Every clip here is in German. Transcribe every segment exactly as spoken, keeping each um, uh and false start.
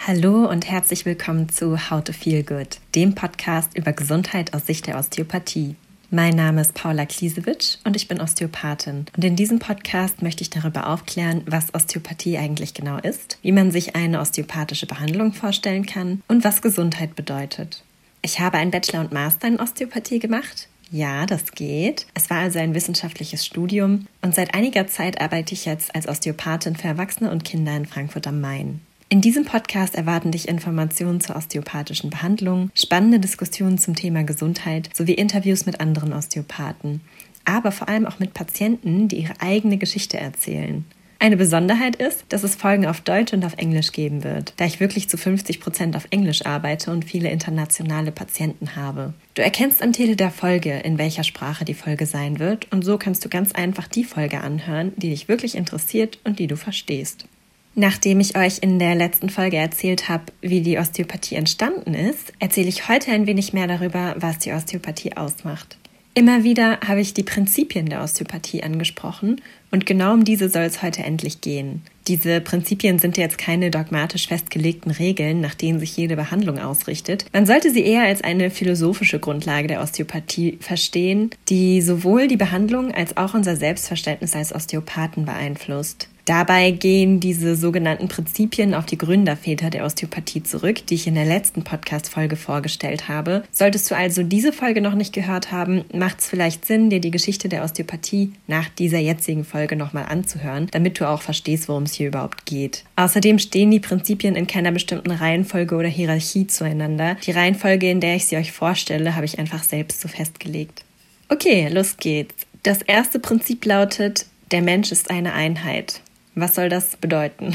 Hallo und herzlich willkommen zu How to Feel Good, dem Podcast über Gesundheit aus Sicht der Osteopathie. Mein Name ist Paula Klisewitsch und ich bin Osteopathin. Und in diesem Podcast möchte ich darüber aufklären, was Osteopathie eigentlich genau ist, wie man sich eine osteopathische Behandlung vorstellen kann und was Gesundheit bedeutet. Ich habe einen Bachelor und Master in Osteopathie gemacht. Ja, das geht. Es war also ein wissenschaftliches Studium und seit einiger Zeit arbeite ich jetzt als Osteopathin für Erwachsene und Kinder in Frankfurt am Main. In diesem Podcast erwarten dich Informationen zur osteopathischen Behandlung, spannende Diskussionen zum Thema Gesundheit sowie Interviews mit anderen Osteopathen, aber vor allem auch mit Patienten, die ihre eigene Geschichte erzählen. Eine Besonderheit ist, dass es Folgen auf Deutsch und auf Englisch geben wird, da ich wirklich zu fünfzig Prozent auf Englisch arbeite und viele internationale Patienten habe. Du erkennst am Titel der Folge, in welcher Sprache die Folge sein wird, und so kannst du ganz einfach die Folge anhören, die dich wirklich interessiert und die du verstehst. Nachdem ich euch in der letzten Folge erzählt habe, wie die Osteopathie entstanden ist, erzähle ich heute ein wenig mehr darüber, was die Osteopathie ausmacht. Immer wieder habe ich die Prinzipien der Osteopathie angesprochen und genau um diese soll es heute endlich gehen. Diese Prinzipien sind jetzt keine dogmatisch festgelegten Regeln, nach denen sich jede Behandlung ausrichtet. Man sollte sie eher als eine philosophische Grundlage der Osteopathie verstehen, die sowohl die Behandlung als auch unser Selbstverständnis als Osteopathen beeinflusst. Dabei gehen diese sogenannten Prinzipien auf die Gründerväter der Osteopathie zurück, die ich in der letzten Podcast-Folge vorgestellt habe. Solltest du also diese Folge noch nicht gehört haben, macht es vielleicht Sinn, dir die Geschichte der Osteopathie nach dieser jetzigen Folge nochmal anzuhören, damit du auch verstehst, worum es hier überhaupt geht. Außerdem stehen die Prinzipien in keiner bestimmten Reihenfolge oder Hierarchie zueinander. Die Reihenfolge, in der ich sie euch vorstelle, habe ich einfach selbst so festgelegt. Okay, los geht's. Das erste Prinzip lautet: Der Mensch ist eine Einheit. Was soll das bedeuten?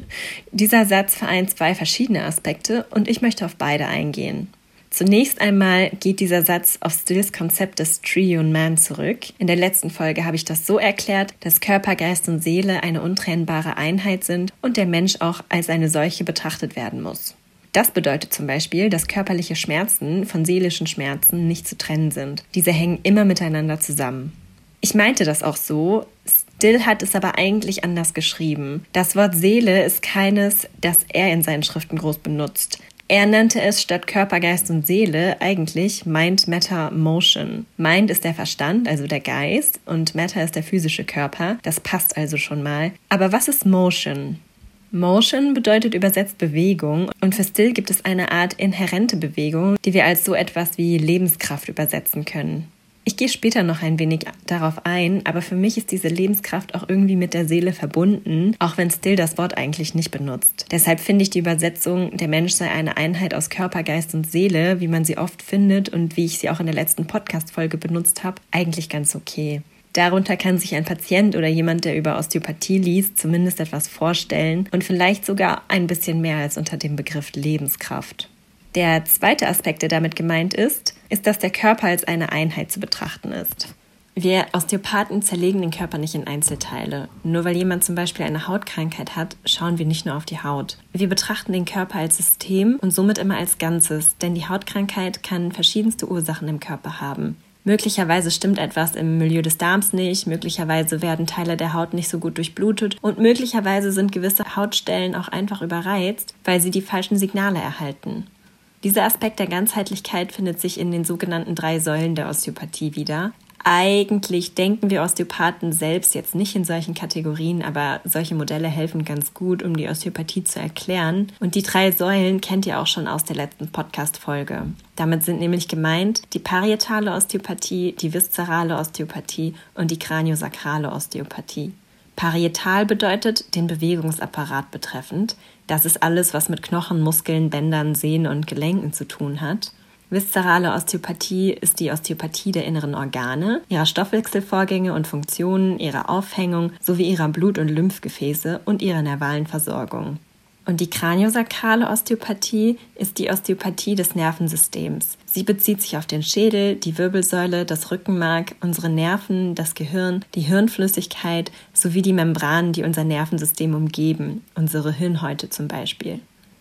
Dieser Satz vereint zwei verschiedene Aspekte und ich möchte auf beide eingehen. Zunächst einmal geht dieser Satz auf Stills Konzept des Three-in-One zurück. In der letzten Folge habe ich das so erklärt, dass Körper, Geist und Seele eine untrennbare Einheit sind und der Mensch auch als eine solche betrachtet werden muss. Das bedeutet zum Beispiel, dass körperliche Schmerzen von seelischen Schmerzen nicht zu trennen sind. Diese hängen immer miteinander zusammen. Ich meinte das auch so. Still hat es aber eigentlich anders geschrieben. Das Wort Seele ist keines, das er in seinen Schriften groß benutzt. Er nannte es statt Körper, Geist und Seele eigentlich Mind, Matter, Motion. Mind ist der Verstand, also der Geist, und Matter ist der physische Körper. Das passt also schon mal. Aber was ist Motion? Motion bedeutet übersetzt Bewegung und für Still gibt es eine Art inhärente Bewegung, die wir als so etwas wie Lebenskraft übersetzen können. Ich gehe später noch ein wenig darauf ein, aber für mich ist diese Lebenskraft auch irgendwie mit der Seele verbunden, auch wenn Still das Wort eigentlich nicht benutzt. Deshalb finde ich die Übersetzung, der Mensch sei eine Einheit aus Körper, Geist und Seele, wie man sie oft findet und wie ich sie auch in der letzten Podcast-Folge benutzt habe, eigentlich ganz okay. Darunter kann sich ein Patient oder jemand, der über Osteopathie liest, zumindest etwas vorstellen und vielleicht sogar ein bisschen mehr als unter dem Begriff Lebenskraft. Der zweite Aspekt, der damit gemeint ist, ist, dass der Körper als eine Einheit zu betrachten ist. Wir Osteopathen zerlegen den Körper nicht in Einzelteile. Nur weil jemand zum Beispiel eine Hautkrankheit hat, schauen wir nicht nur auf die Haut. Wir betrachten den Körper als System und somit immer als Ganzes, denn die Hautkrankheit kann verschiedenste Ursachen im Körper haben. Möglicherweise stimmt etwas im Milieu des Darms nicht, möglicherweise werden Teile der Haut nicht so gut durchblutet und möglicherweise sind gewisse Hautstellen auch einfach überreizt, weil sie die falschen Signale erhalten. Dieser Aspekt der Ganzheitlichkeit findet sich in den sogenannten drei Säulen der Osteopathie wieder. Eigentlich denken wir Osteopathen selbst jetzt nicht in solchen Kategorien, aber solche Modelle helfen ganz gut, um die Osteopathie zu erklären. Und die drei Säulen kennt ihr auch schon aus der letzten Podcast-Folge. Damit sind nämlich gemeint die parietale Osteopathie, die viszerale Osteopathie und die kraniosakrale Osteopathie. Parietal bedeutet den Bewegungsapparat betreffend. Das ist alles, was mit Knochen, Muskeln, Bändern, Sehnen und Gelenken zu tun hat. Viszerale Osteopathie ist die Osteopathie der inneren Organe, ihrer Stoffwechselvorgänge und Funktionen, ihrer Aufhängung sowie ihrer Blut- und Lymphgefäße und ihrer nervalen Versorgung. Und die kraniosakrale Osteopathie ist die Osteopathie des Nervensystems. Sie bezieht sich auf den Schädel, die Wirbelsäule, das Rückenmark, unsere Nerven, das Gehirn, die Hirnflüssigkeit sowie die Membranen, die unser Nervensystem umgeben, unsere Hirnhäute zum Beispiel.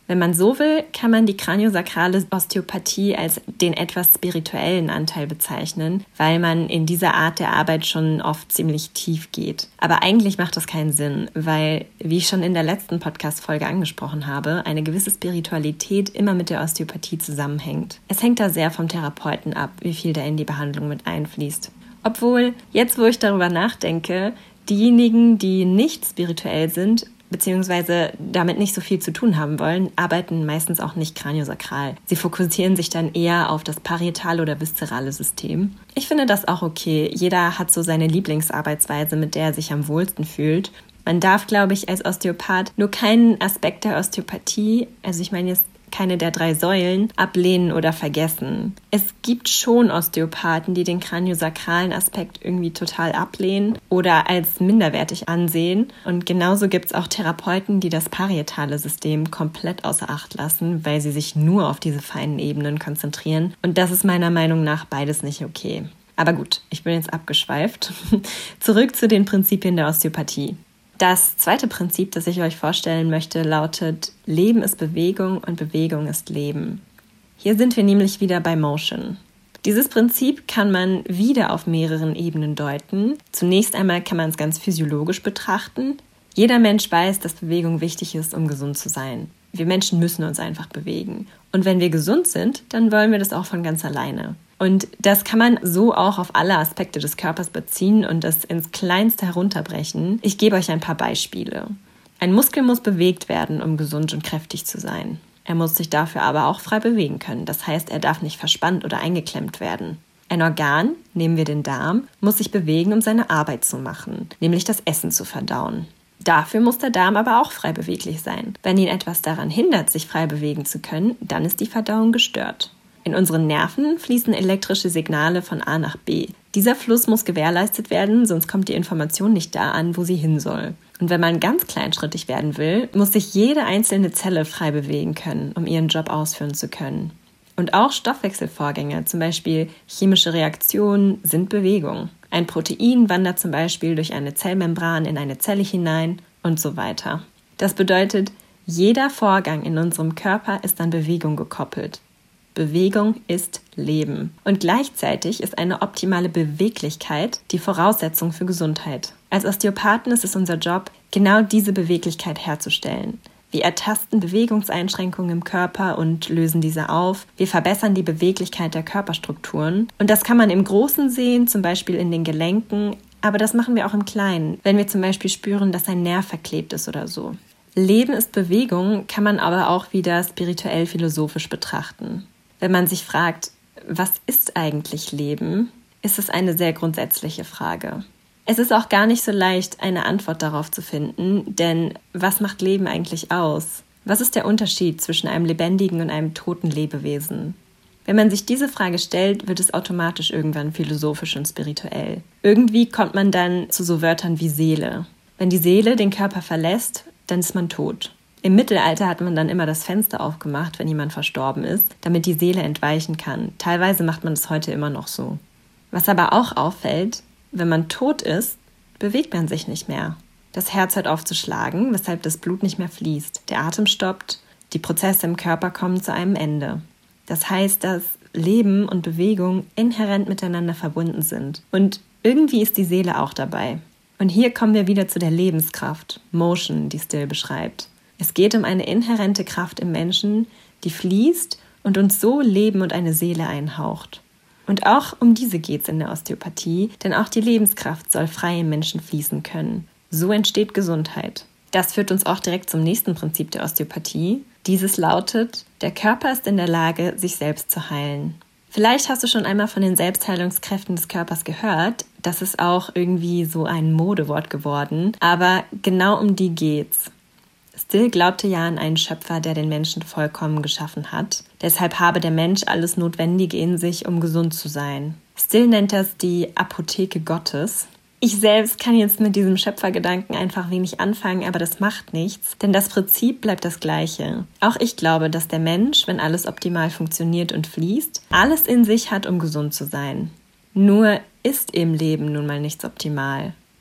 Wenn man so will, kann man die kraniosakrale Osteopathie als den etwas spirituellen Anteil bezeichnen, weil man in dieser Art der Arbeit schon oft ziemlich tief geht. Aber eigentlich macht das keinen Sinn, weil, wie ich schon in der letzten Podcast-Folge angesprochen habe, eine gewisse Spiritualität immer mit der Osteopathie zusammenhängt. Es hängt da sehr vom Therapeuten ab, wie viel da in die Behandlung mit einfließt. Obwohl, jetzt wo ich darüber nachdenke, diejenigen, die nicht spirituell sind, beziehungsweise damit nicht so viel zu tun haben wollen, arbeiten meistens auch nicht kraniosakral. Sie fokussieren sich dann eher auf das parietale oder viszerale System. Ich finde das auch okay. Jeder hat so seine Lieblingsarbeitsweise, mit der er sich am wohlsten fühlt. Man darf, glaube ich, als Osteopath nur keinen Aspekt der Osteopathie, also ich meine jetzt keine der drei Säulen, ablehnen oder vergessen. Es gibt schon Osteopathen, die den kraniosakralen Aspekt irgendwie total ablehnen oder als minderwertig ansehen. Und genauso gibt es auch Therapeuten, die das parietale System komplett außer Acht lassen, weil sie sich nur auf diese feinen Ebenen konzentrieren. Und das ist meiner Meinung nach beides nicht okay. Aber gut, ich bin jetzt abgeschweift. Zurück zu den Prinzipien der Osteopathie. Das zweite Prinzip, das ich euch vorstellen möchte, lautet: Leben ist Bewegung und Bewegung ist Leben. Hier sind wir nämlich wieder bei Motion. Dieses Prinzip kann man wieder auf mehreren Ebenen deuten. Zunächst einmal kann man es ganz physiologisch betrachten. Jeder Mensch weiß, dass Bewegung wichtig ist, um gesund zu sein. Wir Menschen müssen uns einfach bewegen. Und wenn wir gesund sind, dann wollen wir das auch von ganz alleine. Und das kann man so auch auf alle Aspekte des Körpers beziehen und das ins Kleinste herunterbrechen. Ich gebe euch ein paar Beispiele. Ein Muskel muss bewegt werden, um gesund und kräftig zu sein. Er muss sich dafür aber auch frei bewegen können. Das heißt, er darf nicht verspannt oder eingeklemmt werden. Ein Organ, nehmen wir den Darm, muss sich bewegen, um seine Arbeit zu machen, nämlich das Essen zu verdauen. Dafür muss der Darm aber auch frei beweglich sein. Wenn ihn etwas daran hindert, sich frei bewegen zu können, dann ist die Verdauung gestört. In unseren Nerven fließen elektrische Signale von A nach B. Dieser Fluss muss gewährleistet werden, sonst kommt die Information nicht da an, wo sie hin soll. Und wenn man ganz kleinschrittig werden will, muss sich jede einzelne Zelle frei bewegen können, um ihren Job ausführen zu können. Und auch Stoffwechselvorgänge, zum Beispiel chemische Reaktionen, sind Bewegung. Ein Protein wandert zum Beispiel durch eine Zellmembran in eine Zelle hinein und so weiter. Das bedeutet, jeder Vorgang in unserem Körper ist an Bewegung gekoppelt. Bewegung ist Leben. Und gleichzeitig ist eine optimale Beweglichkeit die Voraussetzung für Gesundheit. Als Osteopathen ist es unser Job, genau diese Beweglichkeit herzustellen. Wir ertasten Bewegungseinschränkungen im Körper und lösen diese auf. Wir verbessern die Beweglichkeit der Körperstrukturen. Und das kann man im Großen sehen, zum Beispiel in den Gelenken. Aber das machen wir auch im Kleinen, wenn wir zum Beispiel spüren, dass ein Nerv verklebt ist oder so. Leben ist Bewegung, kann man aber auch wieder spirituell-philosophisch betrachten. Wenn man sich fragt, was ist eigentlich Leben, ist es eine sehr grundsätzliche Frage. Es ist auch gar nicht so leicht, eine Antwort darauf zu finden, denn was macht Leben eigentlich aus? Was ist der Unterschied zwischen einem lebendigen und einem toten Lebewesen? Wenn man sich diese Frage stellt, wird es automatisch irgendwann philosophisch und spirituell. Irgendwie kommt man dann zu so Wörtern wie Seele. Wenn die Seele den Körper verlässt, dann ist man tot. Im Mittelalter hat man dann immer das Fenster aufgemacht, wenn jemand verstorben ist, damit die Seele entweichen kann. Teilweise macht man es heute immer noch so. Was aber auch auffällt: Wenn man tot ist, bewegt man sich nicht mehr. Das Herz hört auf zu schlagen, weshalb das Blut nicht mehr fließt. Der Atem stoppt, die Prozesse im Körper kommen zu einem Ende. Das heißt, dass Leben und Bewegung inhärent miteinander verbunden sind. Und irgendwie ist die Seele auch dabei. Und hier kommen wir wieder zu der Lebenskraft, Motion, die Still beschreibt. Es geht um eine inhärente Kraft im Menschen, die fließt und uns so Leben und eine Seele einhaucht. Und auch um diese geht es in der Osteopathie, denn auch die Lebenskraft soll frei im Menschen fließen können. So entsteht Gesundheit. Das führt uns auch direkt zum nächsten Prinzip der Osteopathie. Dieses lautet: Der Körper ist in der Lage, sich selbst zu heilen. Vielleicht hast du schon einmal von den Selbstheilungskräften des Körpers gehört. Das ist auch irgendwie so ein Modewort geworden, aber genau um die geht's. Still glaubte ja an einen Schöpfer, der den Menschen vollkommen geschaffen hat. Deshalb habe der Mensch alles Notwendige in sich, um gesund zu sein. Still nennt das die Apotheke Gottes. Ich selbst kann jetzt mit diesem Schöpfergedanken einfach wenig anfangen, aber das macht nichts, denn das Prinzip bleibt das gleiche. Auch ich glaube, dass der Mensch, wenn alles optimal funktioniert und fließt, alles in sich hat, um gesund zu sein. Nur ist im Leben nun mal nichts optimal.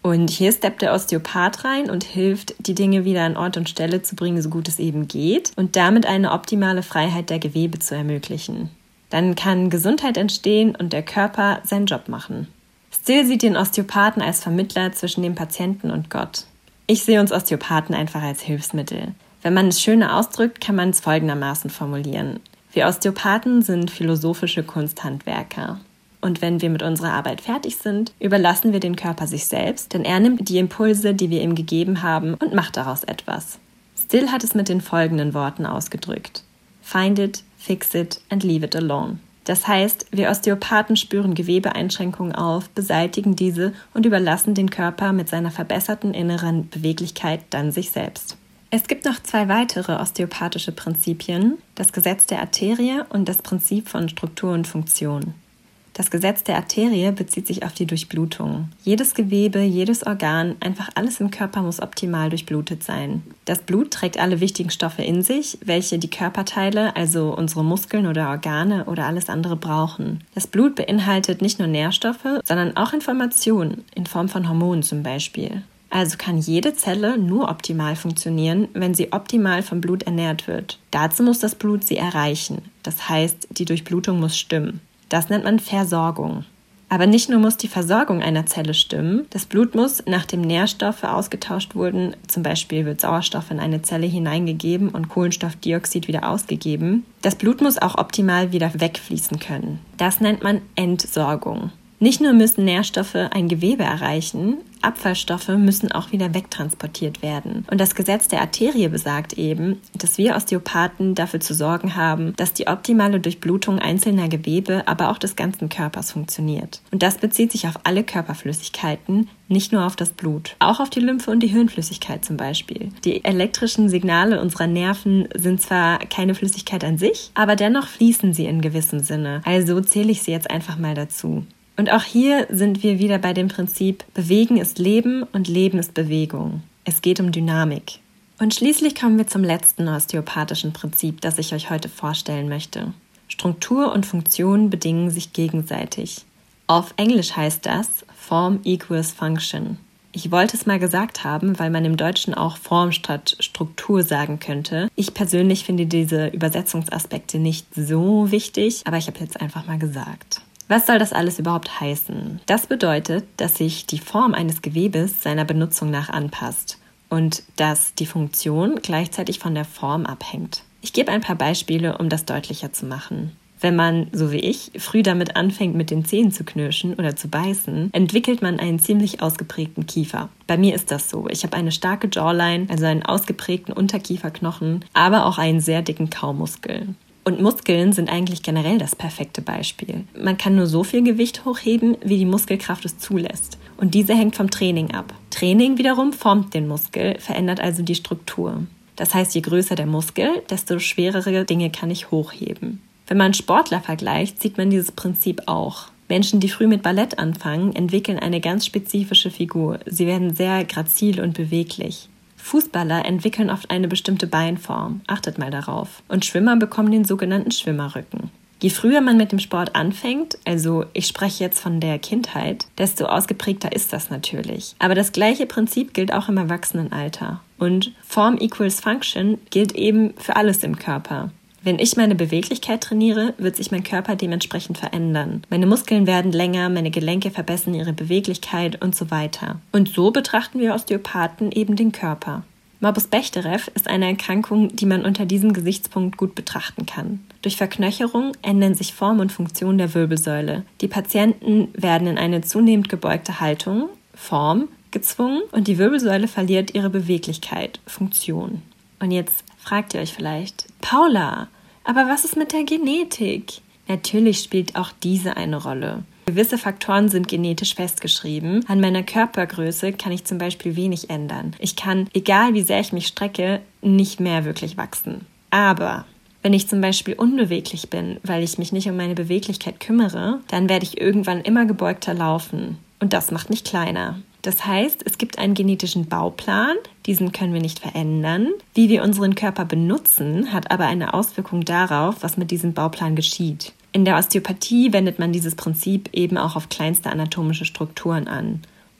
Und hier steppt der Osteopath rein und hilft, die Dinge wieder an Ort und Stelle zu bringen, so gut es eben geht und damit eine optimale Freiheit der Gewebe zu ermöglichen. Dann kann Gesundheit entstehen und der Körper seinen Job machen. Still sieht den Osteopathen als Vermittler zwischen dem Patienten und Gott. Ich sehe uns Osteopathen einfach als Hilfsmittel. Wenn man es schöner ausdrückt, kann man es folgendermaßen formulieren. Wir Osteopathen sind philosophische Kunsthandwerker. Und wenn wir mit unserer Arbeit fertig sind, überlassen wir den Körper sich selbst, denn er nimmt die Impulse, die wir ihm gegeben haben, und macht daraus etwas. Still hat es mit den folgenden Worten ausgedrückt. Find it, fix it and leave it alone. Das heißt, wir Osteopathen spüren Gewebeeinschränkungen auf, beseitigen diese und überlassen den Körper mit seiner verbesserten inneren Beweglichkeit dann sich selbst. Es gibt noch zwei weitere osteopathische Prinzipien, das Gesetz der Arterie und das Prinzip von Struktur und Funktion. Das Gesetz der Arterie bezieht sich auf die Durchblutung. Jedes Gewebe, jedes Organ, einfach alles im Körper muss optimal durchblutet sein. Das Blut trägt alle wichtigen Stoffe in sich, welche die Körperteile, also unsere Muskeln oder Organe oder alles andere brauchen. Das Blut beinhaltet nicht nur Nährstoffe, sondern auch Informationen, in Form von Hormonen zum Beispiel. Also kann jede Zelle nur optimal funktionieren, wenn sie optimal vom Blut ernährt wird. Dazu muss das Blut sie erreichen. Das heißt, die Durchblutung muss stimmen. Das nennt man Versorgung. Aber nicht nur muss die Versorgung einer Zelle stimmen, das Blut muss, nachdem Nährstoffe ausgetauscht wurden, zum Beispiel wird Sauerstoff in eine Zelle hineingegeben und Kohlenstoffdioxid wieder ausgegeben, das Blut muss auch optimal wieder wegfließen können. Das nennt man Entsorgung. Nicht nur müssen Nährstoffe ein Gewebe erreichen, Abfallstoffe müssen auch wieder wegtransportiert werden. Und das Gesetz der Arterie besagt eben, dass wir Osteopathen dafür zu sorgen haben, dass die optimale Durchblutung einzelner Gewebe, aber auch des ganzen Körpers funktioniert. Und das bezieht sich auf alle Körperflüssigkeiten, nicht nur auf das Blut. Auch auf die Lymphe und die Hirnflüssigkeit zum Beispiel. Die elektrischen Signale unserer Nerven sind zwar keine Flüssigkeit an sich, aber dennoch fließen sie in gewissem Sinne. Also zähle ich sie jetzt einfach mal dazu. Und auch hier sind wir wieder bei dem Prinzip, Bewegen ist Leben und Leben ist Bewegung. Es geht um Dynamik. Und schließlich kommen wir zum letzten osteopathischen Prinzip, das ich euch heute vorstellen möchte. Struktur und Funktion bedingen sich gegenseitig. Auf Englisch heißt das Form equals Function. Ich wollte es mal gesagt haben, weil man im Deutschen auch Form statt Struktur sagen könnte. Ich persönlich finde diese Übersetzungsaspekte nicht so wichtig, aber ich habe jetzt einfach mal gesagt. Was soll das alles überhaupt heißen? Das bedeutet, dass sich die Form eines Gewebes seiner Benutzung nach anpasst und dass die Funktion gleichzeitig von der Form abhängt. Ich gebe ein paar Beispiele, um das deutlicher zu machen. Wenn man, so wie ich, früh damit anfängt, mit den Zähnen zu knirschen oder zu beißen, entwickelt man einen ziemlich ausgeprägten Kiefer. Bei mir ist das so. Ich habe eine starke Jawline, also einen ausgeprägten Unterkieferknochen, aber auch einen sehr dicken Kaumuskel. Und Muskeln sind eigentlich generell das perfekte Beispiel. Man kann nur so viel Gewicht hochheben, wie die Muskelkraft es zulässt. Und diese hängt vom Training ab. Training wiederum formt den Muskel, verändert also die Struktur. Das heißt, je größer der Muskel, desto schwerere Dinge kann ich hochheben. Wenn man Sportler vergleicht, sieht man dieses Prinzip auch. Menschen, die früh mit Ballett anfangen, entwickeln eine ganz spezifische Figur. Sie werden sehr grazil und beweglich. Fußballer entwickeln oft eine bestimmte Beinform, achtet mal darauf. Und Schwimmer bekommen den sogenannten Schwimmerrücken. Je früher man mit dem Sport anfängt, also ich spreche jetzt von der Kindheit, desto ausgeprägter ist das natürlich. Aber das gleiche Prinzip gilt auch im Erwachsenenalter. Und Form equals Function gilt eben für alles im Körper. Wenn ich meine Beweglichkeit trainiere, wird sich mein Körper dementsprechend verändern. Meine Muskeln werden länger, meine Gelenke verbessern ihre Beweglichkeit und so weiter. Und so betrachten wir Osteopathen eben den Körper. Morbus Bechterew ist eine Erkrankung, die man unter diesem Gesichtspunkt gut betrachten kann. Durch Verknöcherung ändern sich Form und Funktion der Wirbelsäule. Die Patienten werden in eine zunehmend gebeugte Haltung, Form, gezwungen und die Wirbelsäule verliert ihre Beweglichkeit, Funktion. Und jetzt fragt ihr euch vielleicht, Paula, aber was ist mit der Genetik? Natürlich spielt auch diese eine Rolle. Gewisse Faktoren sind genetisch festgeschrieben. An meiner Körpergröße kann ich zum Beispiel wenig ändern. Ich kann, egal wie sehr ich mich strecke, nicht mehr wirklich wachsen. Aber wenn ich zum Beispiel unbeweglich bin, weil ich mich nicht um meine Beweglichkeit kümmere, dann werde ich irgendwann immer gebeugter laufen. Und das macht mich kleiner. Das heißt, es gibt einen genetischen Bauplan, diesen können wir nicht verändern. Wie wir unseren Körper benutzen, hat aber eine Auswirkung darauf, was mit diesem Bauplan geschieht. In der Osteopathie wendet man dieses Prinzip eben auch auf kleinste anatomische Strukturen an.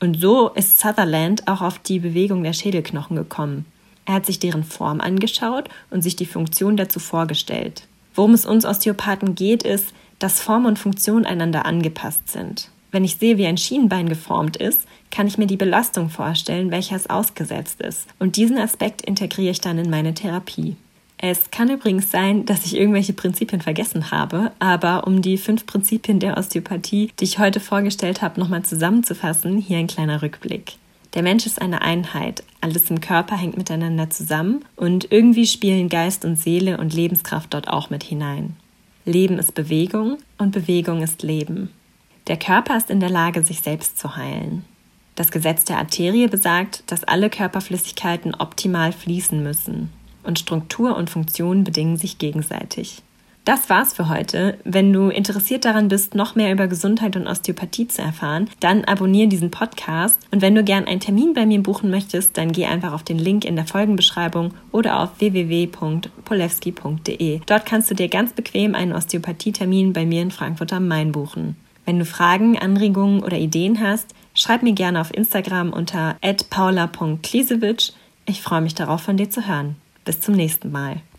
Und so ist Sutherland auch auf die Bewegung der Schädelknochen gekommen. Er hat sich deren Form angeschaut und sich die Funktion dazu vorgestellt. Worum es uns Osteopathen geht, ist, dass Form und Funktion einander angepasst sind. Wenn ich sehe, wie ein Schienbein geformt ist, kann ich mir die Belastung vorstellen, welcher es ausgesetzt ist. Und diesen Aspekt integriere ich dann in meine Therapie. Es kann übrigens sein, dass ich irgendwelche Prinzipien vergessen habe, aber um die fünf Prinzipien der Osteopathie, die ich heute vorgestellt habe, nochmal zusammenzufassen, hier ein kleiner Rückblick. Der Mensch ist eine Einheit, alles im Körper hängt miteinander zusammen und irgendwie spielen Geist und Seele und Lebenskraft dort auch mit hinein. Leben ist Bewegung und Bewegung ist Leben. Der Körper ist in der Lage, sich selbst zu heilen. Das Gesetz der Arterie besagt, dass alle Körperflüssigkeiten optimal fließen müssen. Und Struktur und Funktion bedingen sich gegenseitig. Das war's für heute. Wenn du interessiert daran bist, noch mehr über Gesundheit und Osteopathie zu erfahren, dann abonniere diesen Podcast. Und wenn du gern einen Termin bei mir buchen möchtest, dann geh einfach auf den Link in der Folgenbeschreibung oder auf w w w punkt polewski punkt d e. Dort kannst du dir ganz bequem einen Osteopathietermin bei mir in Frankfurt am Main buchen. Wenn du Fragen, Anregungen oder Ideen hast, schreib mir gerne auf Instagram unter at paula punkt kliesewitsch. Ich freue mich darauf, von dir zu hören. Bis zum nächsten Mal.